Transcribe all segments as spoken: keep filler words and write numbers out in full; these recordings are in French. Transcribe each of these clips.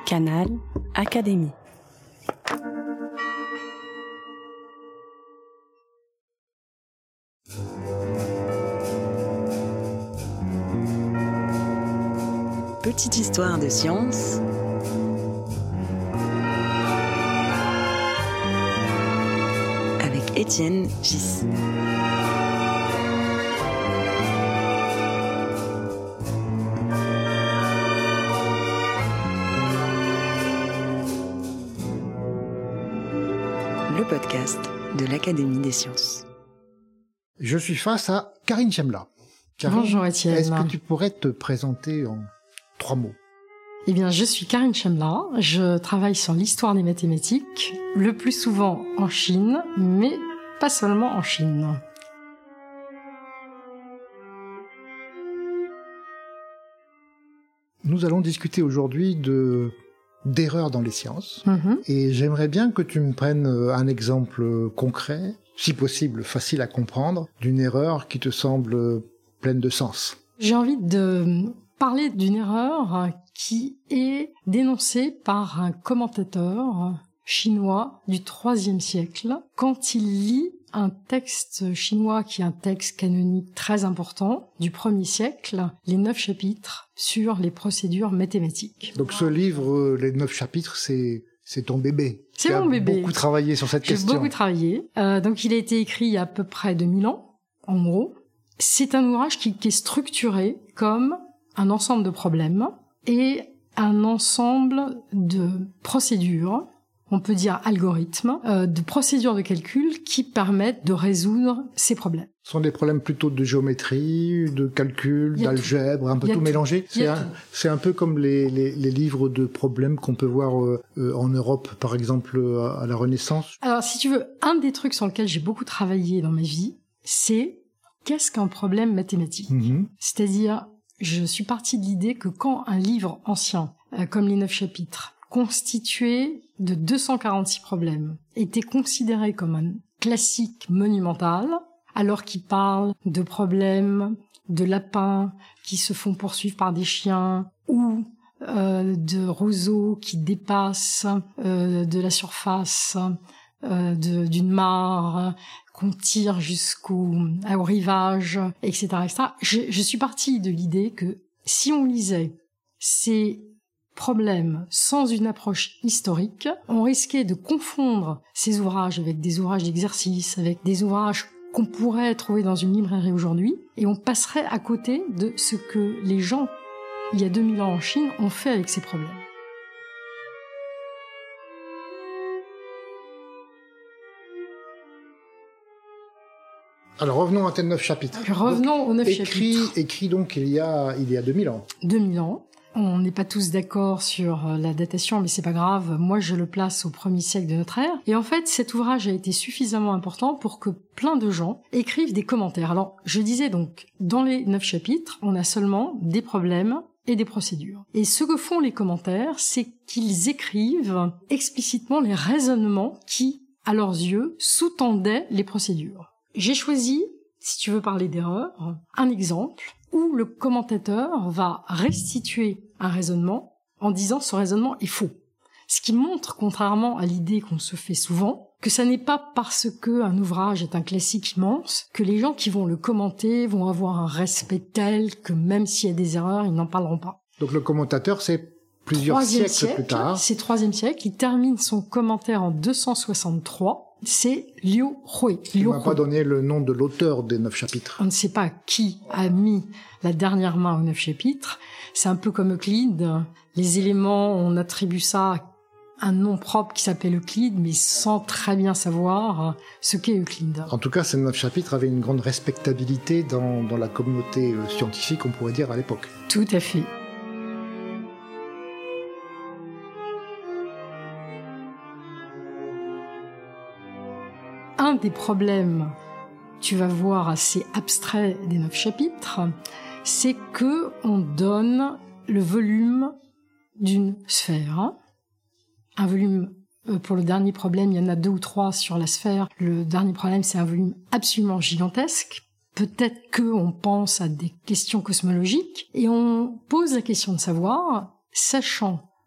Canal Académie. Petite histoire de science avec Étienne Gis. Le podcast de l'Académie des sciences. Je suis face à Karine Chemla. Karine, bonjour Étienne. Est-ce que tu pourrais te présenter en trois mots ? Eh bien, je suis Karine Chemla. Je travaille sur l'histoire des mathématiques, le plus souvent en Chine, mais pas seulement en Chine. Nous allons discuter aujourd'hui de d'erreurs dans les sciences. Mm-hmm. Et j'aimerais bien que tu me prennes un exemple concret, si possible facile à comprendre, d'une erreur qui te semble pleine de sens. J'ai envie de parler d'une erreur qui est dénoncée par un commentateur chinois du troisième siècle quand il lit un texte chinois qui est un texte canonique très important du premier siècle, les neuf chapitres sur les procédures mathématiques. Donc ce livre, les neuf chapitres, c'est c'est ton bébé. C'est tu mon as bébé. Beaucoup travaillé sur cette J'ai question. beaucoup travaillé. Euh, donc il a été écrit il y a à peu près deux mille ans, en gros. C'est un ouvrage qui, qui est structuré comme un ensemble de problèmes et un ensemble de procédures, on peut dire algorithmes, euh, de procédures de calcul qui permettent de résoudre ces problèmes. Ce sont des problèmes plutôt de géométrie, de calcul, d'algèbre, un peu tout, tout mélangé. C'est un, c'est un peu comme les, les, les livres de problèmes qu'on peut voir euh, en Europe, par exemple, à, à la Renaissance. Alors, si tu veux, un des trucs sur lesquels j'ai beaucoup travaillé dans ma vie, c'est qu'est-ce qu'un problème mathématique ? Mm-hmm. C'est-à-dire, je suis partie de l'idée que quand un livre ancien, euh, comme les neuf chapitres, constitué de deux cent quarante-six problèmes, était considéré comme un classique monumental, alors qu'il parle de problèmes de lapins qui se font poursuivre par des chiens, ou euh, de roseaux qui dépassent euh, de la surface euh, de, d'une mare, qu'on tire jusqu'au au rivage, et cetera, et cetera. Je, je suis partie de l'idée que si on lisait ces problèmes sans une approche historique, on risquait de confondre ces ouvrages avec des ouvrages d'exercice, avec des ouvrages qu'on pourrait trouver dans une librairie aujourd'hui, et on passerait à côté de ce que les gens, il y a deux mille ans en Chine, ont fait avec ces problèmes. Alors revenons à tes neuf chapitres. Revenons donc, aux neuf écrit, chapitres. Écrit donc il y a il y a deux mille ans. deux mille ans. On n'est pas tous d'accord sur la datation, mais c'est pas grave. Moi, je le place au premier siècle de notre ère. Et en fait, cet ouvrage a été suffisamment important pour que plein de gens écrivent des commentaires. Alors, je disais donc, dans les neuf chapitres, on a seulement des problèmes et des procédures. Et ce que font les commentaires, c'est qu'ils écrivent explicitement les raisonnements qui, à leurs yeux, sous-tendaient les procédures. J'ai choisi, si tu veux parler d'erreur, un exemple où le commentateur va restituer un raisonnement en disant ce raisonnement est faux. Ce qui montre, contrairement à l'idée qu'on se fait souvent, que ça n'est pas parce qu'un ouvrage est un classique immense que les gens qui vont le commenter vont avoir un respect tel que même s'il y a des erreurs, ils n'en parleront pas. Donc le commentateur, c'est plusieurs siècles siècle, plus tard. C'est troisième siècle, il termine son commentaire en deux cent soixante-trois. C'est Liu Hui. Tu ne m'as pas donné le nom de l'auteur des neuf chapitres. On ne sait pas qui a mis la dernière main aux neuf chapitres. C'est un peu comme Euclide. Les éléments, on attribue ça à un nom propre qui s'appelle Euclide, mais sans très bien savoir ce qu'est Euclide. En tout cas, ces neuf chapitres avaient une grande respectabilité dans, dans la communauté scientifique, on pourrait dire, à l'époque. Tout à fait. Un des problèmes, tu vas voir, assez abstrait des neuf chapitres, c'est que on donne le volume d'une sphère. Un volume, pour le dernier problème, il y en a deux ou trois sur la sphère. Le dernier problème, c'est un volume absolument gigantesque. Peut-être qu'on pense à des questions cosmologiques et on pose la question de savoir, sachant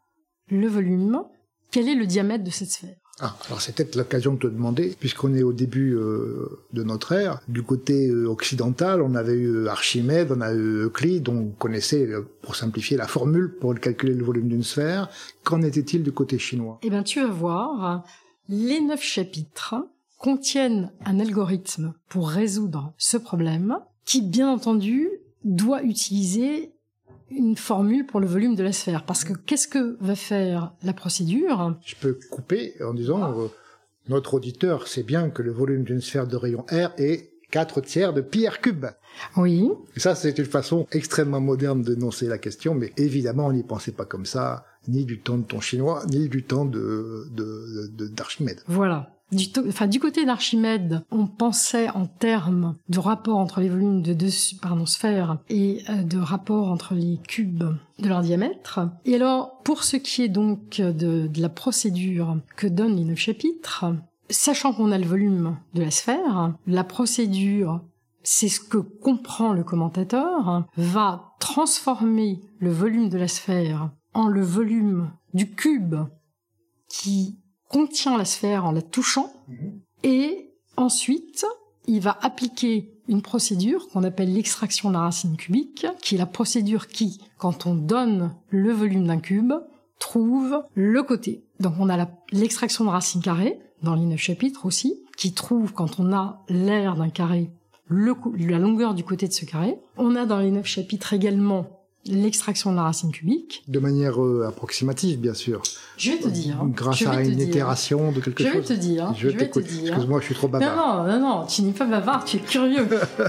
le volume, quel est le diamètre de cette sphère? Ah, alors c'est peut-être l'occasion de te demander, puisqu'on est au début euh, de notre ère, du côté euh, occidental, on avait eu Archimède, on a eu Euclide, on connaissait, euh, pour simplifier, la formule pour calculer le volume d'une sphère. Qu'en était-il du côté chinois? Eh bien, tu vas voir, les neuf chapitres contiennent un algorithme pour résoudre ce problème, qui, bien entendu, doit utiliser une formule pour le volume de la sphère. Parce que qu'est-ce que va faire la procédure? Je peux couper en disant, euh, notre auditeur sait bien que le volume d'une sphère de rayon R est quatre tiers de pi r cube. Oui. Et ça, c'est une façon extrêmement moderne d'énoncer la question, mais évidemment, on n'y pensait pas comme ça, ni du temps de ton chinois, ni du temps de, de, de, d'Archimède. Voilà. Du, to- enfin, du côté d'Archimède, on pensait en termes de rapport entre les volumes de deux pardon, sphères et euh, de rapport entre les cubes de leur diamètre. Et alors, pour ce qui est donc de, de la procédure que donnent les neuf chapitres, sachant qu'on a le volume de la sphère, la procédure, c'est ce que comprend le commentateur, va transformer le volume de la sphère en le volume du cube qui contient la sphère en la touchant, et ensuite, il va appliquer une procédure qu'on appelle l'extraction de la racine cubique, qui est la procédure qui, quand on donne le volume d'un cube, trouve le côté. Donc on a la, l'extraction de racine carrée, dans les neuf chapitres aussi, qui trouve, quand on a l'aire d'un carré, le, la longueur du côté de ce carré. On a dans les neuf chapitres également l'extraction de la racine cubique. De manière euh, approximative, bien sûr. Je vais te dire. Grâce je vais à te une dire. itération de quelque je chose. Vais te dire, je, je vais te t'écoute. dire. Excuse-moi, je suis trop bavard. Non, non, non, non, tu n'es pas bavard, tu es curieux.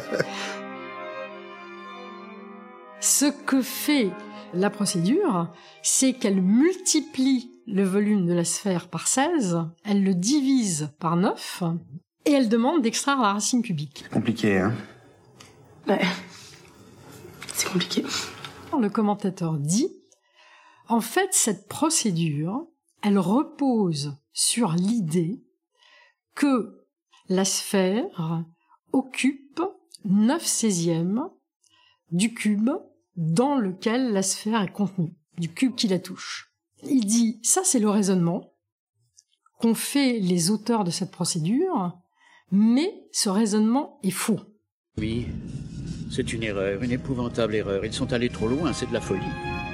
Ce que fait la procédure, c'est qu'elle multiplie le volume de la sphère par seize, elle le divise par neuf, et elle demande d'extraire la racine cubique. Compliqué, hein? Ouais. C'est compliqué. Le commentateur dit, en fait, cette procédure, elle repose sur l'idée que la sphère occupe neuf seizièmes du cube dans lequel la sphère est contenue, du cube qui la touche. Il dit, ça c'est le raisonnement qu'ont fait les auteurs de cette procédure, mais ce raisonnement est faux. Oui, c'est une erreur, une épouvantable erreur. Ils sont allés trop loin, c'est de la folie.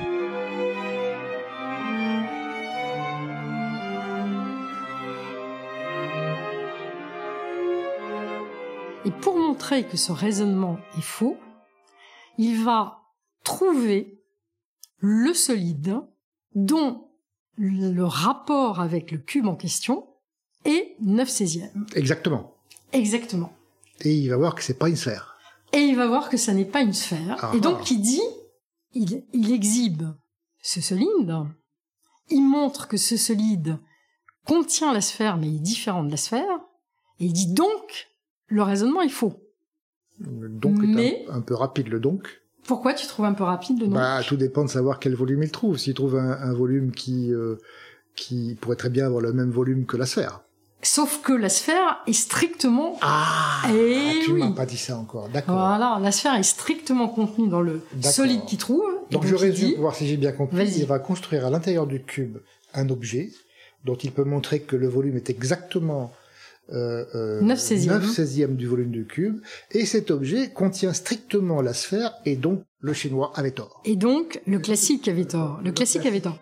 Et pour montrer que ce raisonnement est faux, il va trouver le solide dont le rapport avec le cube en question est neuf seizièmes. Exactement. Exactement. Et il va voir que c'est pas une sphère. Et il va voir que ça n'est pas une sphère. Ah, et donc, ah. il dit, il, il exhibe ce solide, il montre que ce solide contient la sphère, mais il est différent de la sphère, et il dit donc, le raisonnement est faux. Le donc Mais- est un, un peu rapide, le donc. Pourquoi tu trouves un peu rapide le nom? Bah, tout dépend de savoir quel volume il trouve. S'il trouve un, un volume qui, euh, qui pourrait très bien avoir le même volume que la sphère. Sauf que la sphère est strictement... Ah, Eh tu oui. m'as pas dit ça encore. D'accord. Voilà, la sphère est strictement contenue dans le D'accord. solide qu'il trouve. et Donc je il résume dit- pour voir si j'ai bien compris. Vas-y. Il va construire à l'intérieur du cube un objet dont il peut montrer que le volume est exactement euh, euh, neuf seizièmes. neuf seizièmes du volume du cube, et cet objet contient strictement la sphère, et donc le chinois avait tort. Et donc, le classique avait tort. Le classique avait tort.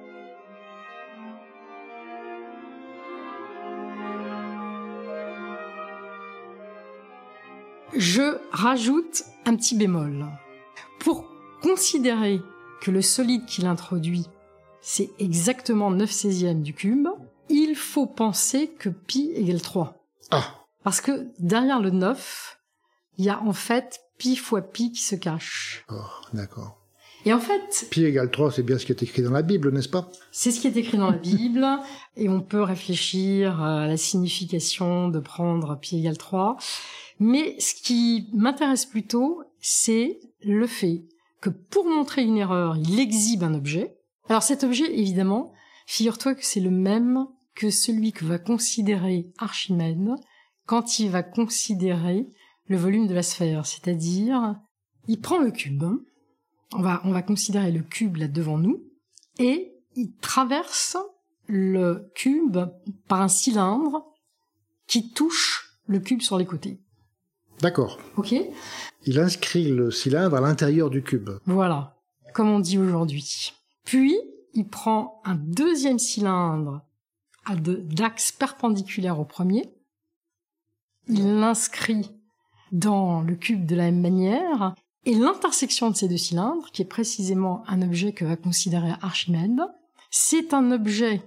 Je rajoute un petit bémol. Pour considérer que le solide qu'il introduit, c'est exactement neuf seizièmes du cube, il faut penser que pi égale trois. Ah, Parce que derrière le neuf, il y a en fait pi fois pi qui se cache. oh, d'accord. Et en fait, Pi égale trois, c'est bien ce qui est écrit dans la Bible, n'est-ce pas? c'est ce qui est écrit dans la Bible, et on peut réfléchir à la signification de prendre pi égale trois. Mais ce qui m'intéresse plutôt, c'est le fait que pour montrer une erreur, il exhibe un objet. Alors cet objet, évidemment, figure-toi que c'est le même que celui que va considérer Archimède quand il va considérer le volume de la sphère. C'est-à-dire, il prend le cube, on va, on va considérer le cube là devant nous, et il traverse le cube par un cylindre qui touche le cube sur les côtés. D'accord. Ok. Il inscrit le cylindre à l'intérieur du cube. Voilà, comme on dit aujourd'hui. Puis, il prend un deuxième cylindre à deux d'axes perpendiculaires au premier. Il l'inscrit dans le cube de la même manière. Et l'intersection de ces deux cylindres, qui est précisément un objet que va considérer Archimède, c'est un objet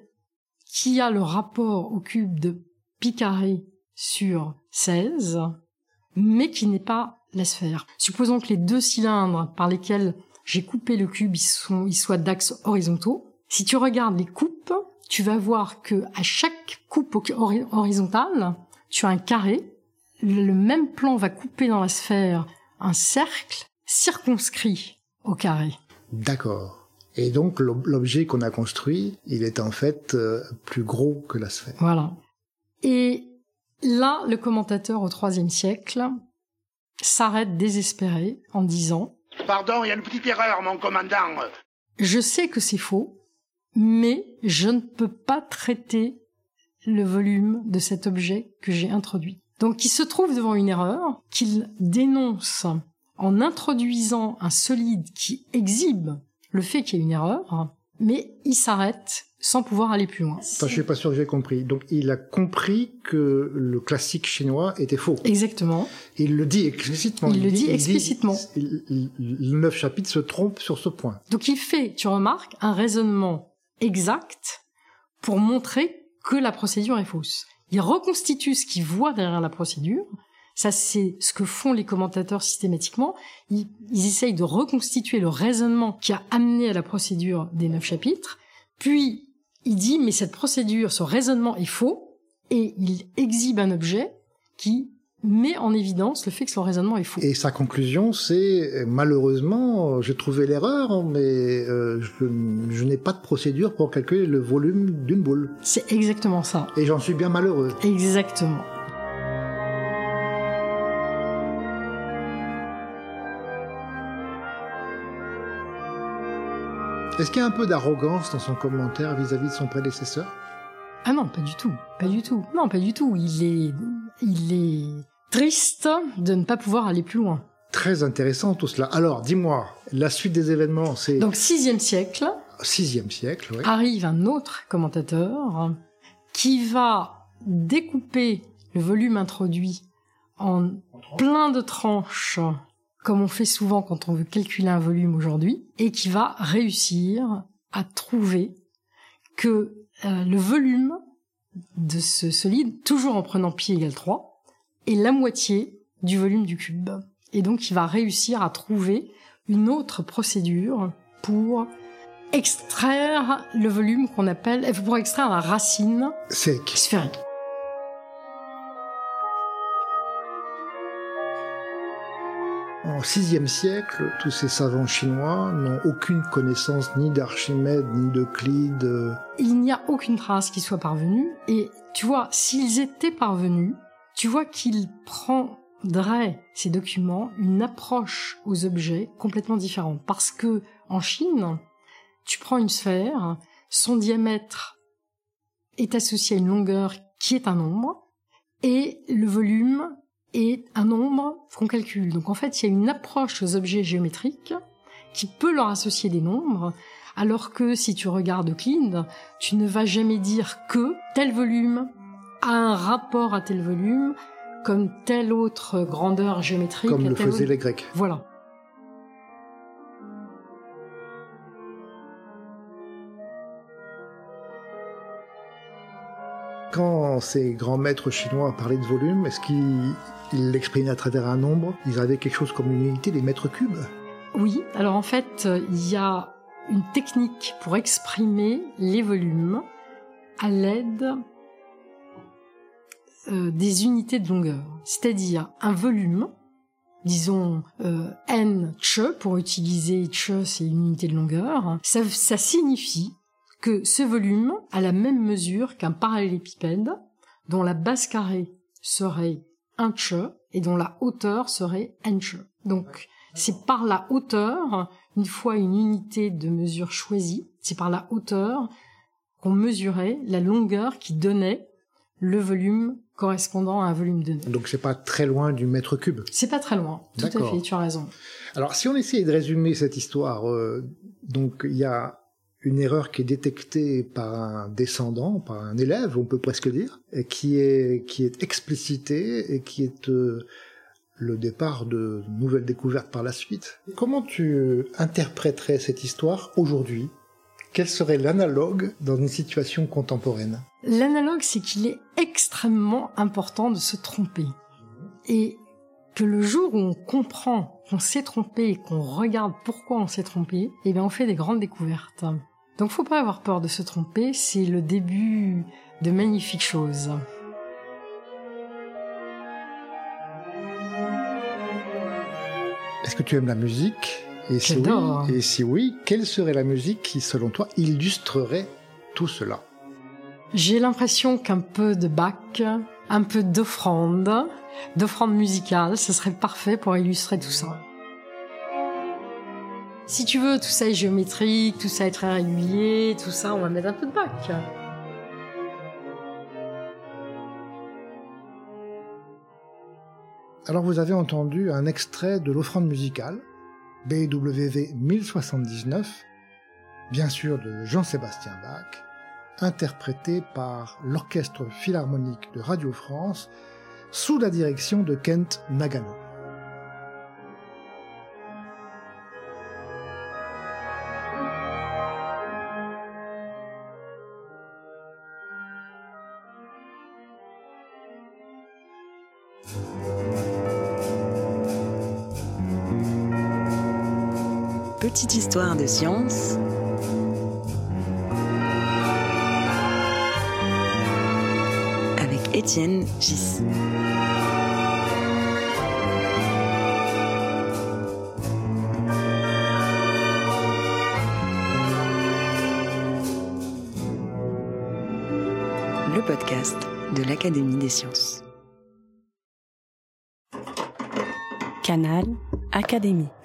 qui a le rapport au cube de pi carré sur seize, mais qui n'est pas la sphère. Supposons que les deux cylindres par lesquels j'ai coupé le cube, ils, sont, ils soient d'axes horizontaux. Si tu regardes les coupes, tu vas voir que à chaque coupe horizontale, tu as un carré. Le même plan va couper dans la sphère un cercle circonscrit au carré. D'accord. Et donc, l'objet qu'on a construit, il est en fait euh, plus gros que la sphère. Voilà. Et là, le commentateur au troisième siècle s'arrête désespéré en disant « Pardon, il y a une petite erreur, mon commandant. »« Je sais que c'est faux, mais je ne peux pas traiter le volume de cet objet que j'ai introduit. » Donc, il se trouve devant une erreur qu'il dénonce en introduisant un solide qui exhibe le fait qu'il y ait une erreur, mais il s'arrête sans pouvoir aller plus loin. Enfin, je suis pas sûr que j'ai compris. Donc, il a compris que le classique chinois était faux. Exactement. Il le dit explicitement. Il, il le dit, dit explicitement. Il dit, il, le neuf chapitres se trompe sur ce point. Donc, il fait, tu remarques, un raisonnement exact pour montrer que la procédure est fausse. Il reconstitue ce qu'il voit derrière la procédure. Ça, c'est ce que font les commentateurs systématiquement. Ils, ils essayent de reconstituer le raisonnement qui a amené à la procédure des neuf chapitres. Puis, il dit, mais cette procédure, ce raisonnement est faux, et il exhibe un objet qui met en évidence le fait que son raisonnement est faux. Et sa conclusion, c'est, malheureusement, j'ai trouvé l'erreur, mais euh, je, je n'ai pas de procédure pour calculer le volume d'une boule. C'est exactement ça. Et j'en suis bien malheureux. Exactement. Est-ce qu'il y a un peu d'arrogance dans son commentaire vis-à-vis de son prédécesseur ? Ah non, pas du tout, pas du tout. Non, pas du tout. Il est, il est triste de ne pas pouvoir aller plus loin. Très intéressant tout cela. Alors, dis-moi, la suite des événements, c'est... Donc, sixième siècle. Sixième siècle, oui. Arrive un autre commentateur qui va découper le volume introduit en plein de tranches, comme on fait souvent quand on veut calculer un volume aujourd'hui, et qui va réussir à trouver que euh, le volume de ce solide, toujours en prenant pi égale trois, est la moitié du volume du cube. Et donc il va réussir à trouver une autre procédure pour extraire le volume qu'on appelle, pour extraire la racine sphérique. sphérique. Au sixième siècle, tous ces savants chinois n'ont aucune connaissance ni d'Archimède, ni d'Euclide. Il n'y a aucune trace qui soit parvenue, et tu vois, s'ils étaient parvenus, tu vois qu'ils prendraient, ces documents, une approche aux objets complètement différente. Parce que, en Chine, tu prends une sphère, son diamètre est associé à une longueur qui est un nombre, et le volume est un nombre qu'on calcule. Donc en fait, il y a une approche aux objets géométriques qui peut leur associer des nombres, alors que si tu regardes Euclide, tu ne vas jamais dire que tel volume a un rapport à tel volume, comme telle autre grandeur géométrique. Comme le faisaient autre... les Grecs. Voilà. Quand ces grands maîtres chinois parlaient de volume, est-ce qu'ils l'exprimaient à travers un nombre ? Ils avaient quelque chose comme une unité, les mètres cubes ? Oui, alors en fait, il y a une technique pour exprimer les volumes à l'aide euh, des unités de longueur. C'est-à-dire un volume, disons euh, n che, pour utiliser che, c'est une unité de longueur, ça, ça signifie que ce volume a la même mesure qu'un parallélépipède dont la base carrée serait un che et dont la hauteur serait n che. Donc, C'est par la hauteur, une fois une unité de mesure choisie, c'est par la hauteur qu'on mesurait la longueur qui donnait le volume correspondant à un volume donné. Donc c'est pas très loin du mètre cube. C'est pas très loin, tout D'accord. à fait, tu as raison. Alors si on essayait de résumer cette histoire, euh, donc il y a une erreur qui est détectée par un descendant, par un élève, on peut presque dire, et qui est qui est explicitée et qui est euh, le départ de nouvelles découvertes par la suite. Comment tu interpréterais cette histoire aujourd'hui ? Quel serait l'analogue dans une situation contemporaine ? L'analogue, c'est qu'il est extrêmement important de se tromper. Et que le jour où on comprend qu'on s'est trompé et qu'on regarde pourquoi on s'est trompé, eh bien on fait des grandes découvertes. Donc faut pas avoir peur de se tromper, c'est le début de magnifiques choses. Est-ce que tu aimes la musique ? Et si J'adore. oui, et si oui, quelle serait la musique qui, selon toi, illustrerait tout cela ? J'ai l'impression qu'un peu de Bach, un peu d'offrande, d'offrande musicale, ce serait parfait pour illustrer tout ça. Si tu veux, tout ça est géométrique, tout ça est très régulier, tout ça, on va mettre un peu de Bach. Alors vous avez entendu un extrait de l'offrande musicale, B W V mille soixante-dix-neuf, bien sûr de Jean-Sébastien Bach, interprété par l'Orchestre Philharmonique de Radio France, sous la direction de Kent Nagano. Petite histoire de science avec Étienne Gis. Le podcast de l'Académie des sciences. Canal Académie.